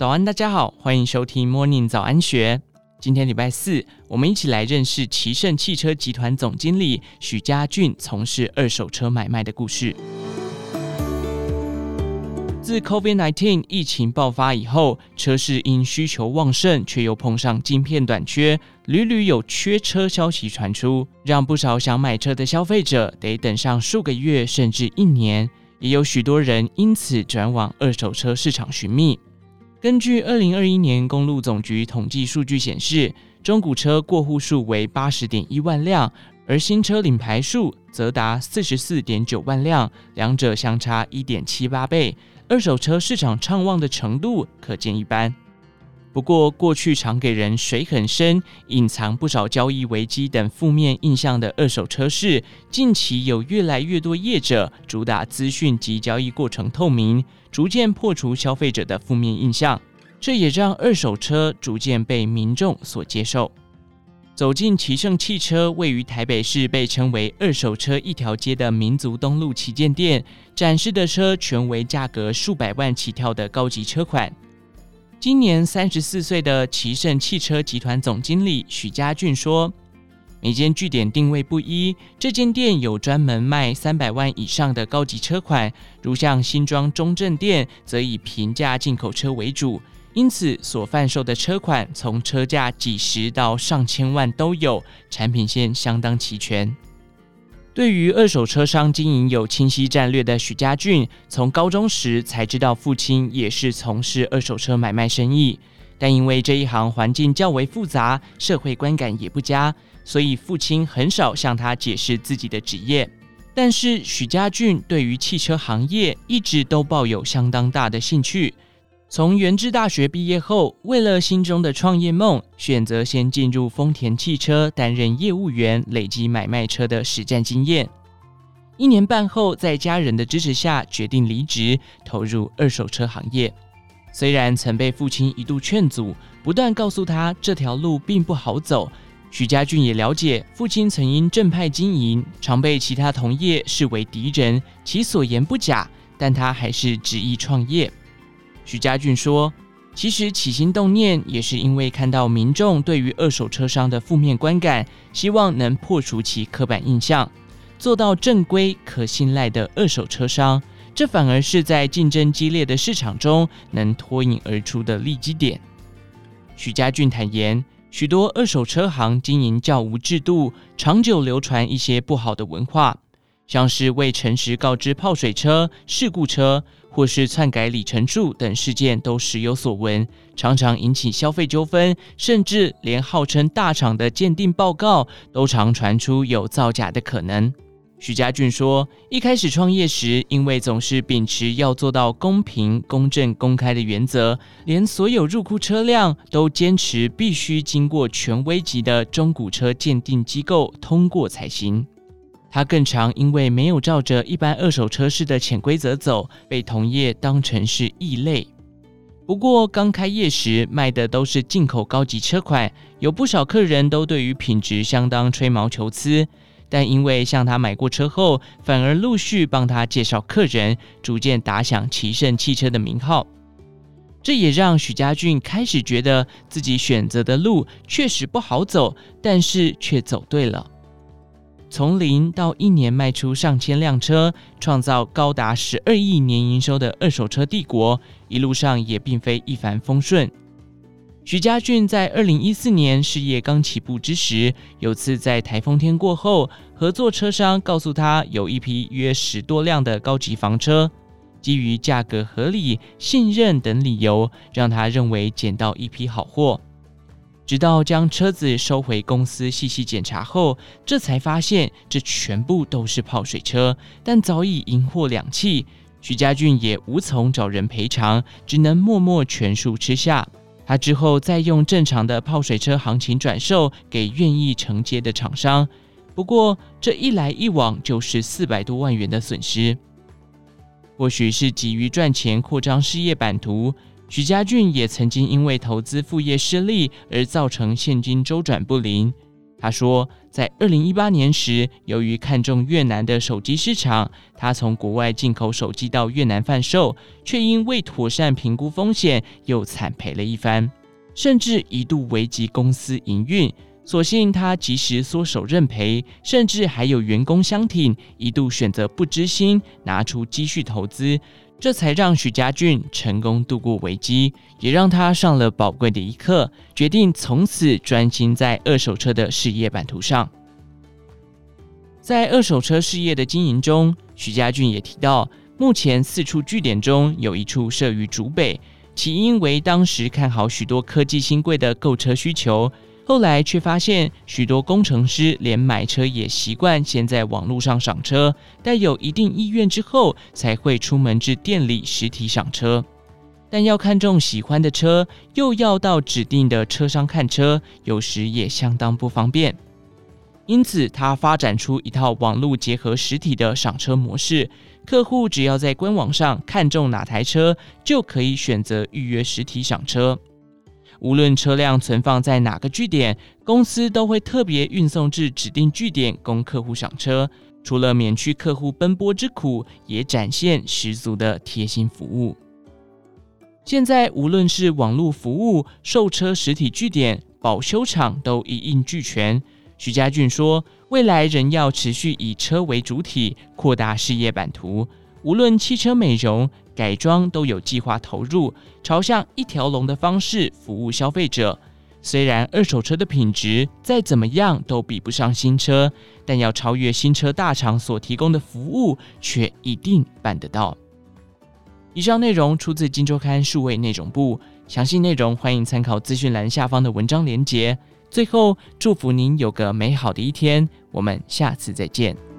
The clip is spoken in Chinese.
早安，大家好，欢迎收听 Morning 早安学。今天礼拜四，我们一起来认识奇胜汽车集团总经理许家俊从事二手车买卖的故事。自 COVID-19 疫情爆发以后，车市因需求旺盛，却又碰上晶片短缺，屡屡有缺车消息传出，让不少想买车的消费者得等上数个月甚至1年，也有许多人因此转往二手车市场寻觅。根据2021年公路总局统计数据显示，中古车过户数为 80.1 万辆，而新车领牌数则达 44.9 万辆，两者相差 1.78 倍，二手车市场畅旺的程度可见一斑。不过，过去常给人水很深、隐藏不少交易危机等负面印象的二手车市，近期有越来越多业者主打资讯及交易过程透明，逐渐破除消费者的负面印象，这也让二手车逐渐被民众所接受。走进奇胜汽车位于台北市被称为二手车一条街的民族东路旗舰店，展示的车全为价格数百万起跳的高级车款。今年34岁的奇胜汽车集团总经理许家俊说，每间据点定位不一，这间店有专门卖300万以上的高级车款，如像新庄中正店则以平价进口车为主，因此所贩售的车款从车价几十到上千万都有，产品线相当齐全。对于二手车商经营有清晰战略的许家俊，从高中时才知道父亲也是从事二手车买卖生意，但因为这一行环境较为复杂，社会观感也不佳，所以父亲很少向他解释自己的职业。但是许家俊对于汽车行业一直都抱有相当大的兴趣。从元智大学毕业后，为了心中的创业梦，选择先进入丰田汽车担任业务员，累积买卖车的实战经验。1年半后，在家人的支持下，决定离职，投入二手车行业。虽然曾被父亲一度劝阻，不断告诉他这条路并不好走，许家俊也了解父亲曾因正派经营，常被其他同业视为敌人，其所言不假，但他还是执意创业。许家俊说，其实起心动念也是因为看到民众对于二手车商的负面观感，希望能破除其刻板印象，做到正规可信赖的二手车商，这反而是在竞争激烈的市场中能脱颖而出的利基点。许家俊坦言，许多二手车行经营较无制度，长久流传一些不好的文化，像是未诚实告知泡水车、事故车或是篡改里程数等事件都时有所闻，常常引起消费纠纷，甚至连号称大厂的鉴定报告都常传出有造假的可能。许家俊说，一开始创业时，因为总是秉持要做到公平、公正、公开的原则，连所有入库车辆都坚持必须经过权威级的中古车鉴定机构通过才行。他更常因为没有照着一般二手车市的潜规则走，被同业当成是异类。不过刚开业时卖的都是进口高级车款，有不少客人都对于品质相当吹毛求疵，但因为向他买过车后，反而陆续帮他介绍客人，逐渐打响奇胜汽车的名号。这也让许家俊开始觉得自己选择的路确实不好走，但是却走对了。从0到1年卖出上千辆车，创造高达12亿年营收的二手车帝国，一路上也并非一帆风顺。许家俊在2014年事业刚起步之时，有次在台风天过后，合作车商告诉他有一批约10多辆的高级房车，基于价格合理、信任等理由，让他认为捡到一批好货。直到将车子收回公司细细检查后，这才发现这全部都是泡水车，但早已银货两讫。许家俊也无从找人赔偿，只能默默全数吃下。他之后再用正常的泡水车行情转售给愿意承接的厂商，不过这一来一往就是400多万元的损失。或许是急于赚钱扩张事业版图，许家俊也曾经因为投资副业失利而造成现金周转不灵。 他说，在2018年时，由于看中越南的手机市场，他从国外进口手机到越南贩售，却因未妥善评估风险，又惨赔了一番，甚至一度危及公司营运。所幸他及时缩手认赔，甚至还有员工相挺，一度选择不支薪，拿出积蓄投资，这才让许家俊成功度过危机，也让他上了宝贵的一课，决定从此专心在二手车的事业版图上。在二手车事业的经营中，许家俊也提到，目前4处据点中有1处设于竹北，起因为当时看好许多科技新贵的购车需求，后来却发现许多工程师连买车也习惯先在网络上赏车，待有一定意愿之后才会出门至店里实体赏车，但要看中喜欢的车，又要到指定的车商看车，有时也相当不方便。因此他发展出一套网络结合实体的赏车模式，客户只要在官网上看中哪台车，就可以选择预约实体赏车。无论车辆存放在哪个据点，公司都会特别运送至指定据点供客户赏车，除了免去客户奔波之苦，也展现十足的贴心服务。现在无论是网络服务、售车实体据点、保修厂都一应俱全。许家俊说，未来仍要持续以车为主体，扩大事业版图，无论汽车美容、改装都有计划投入，朝向一条龙的方式服务消费者。虽然二手车的品质再怎么样都比不上新车，但要超越新车大厂所提供的服务，却一定办得到。以上内容出自《今周刊》数位内容部，详细内容欢迎参考资讯栏下方的文章连结。最后，祝福您有个美好的一天，我们下次再见。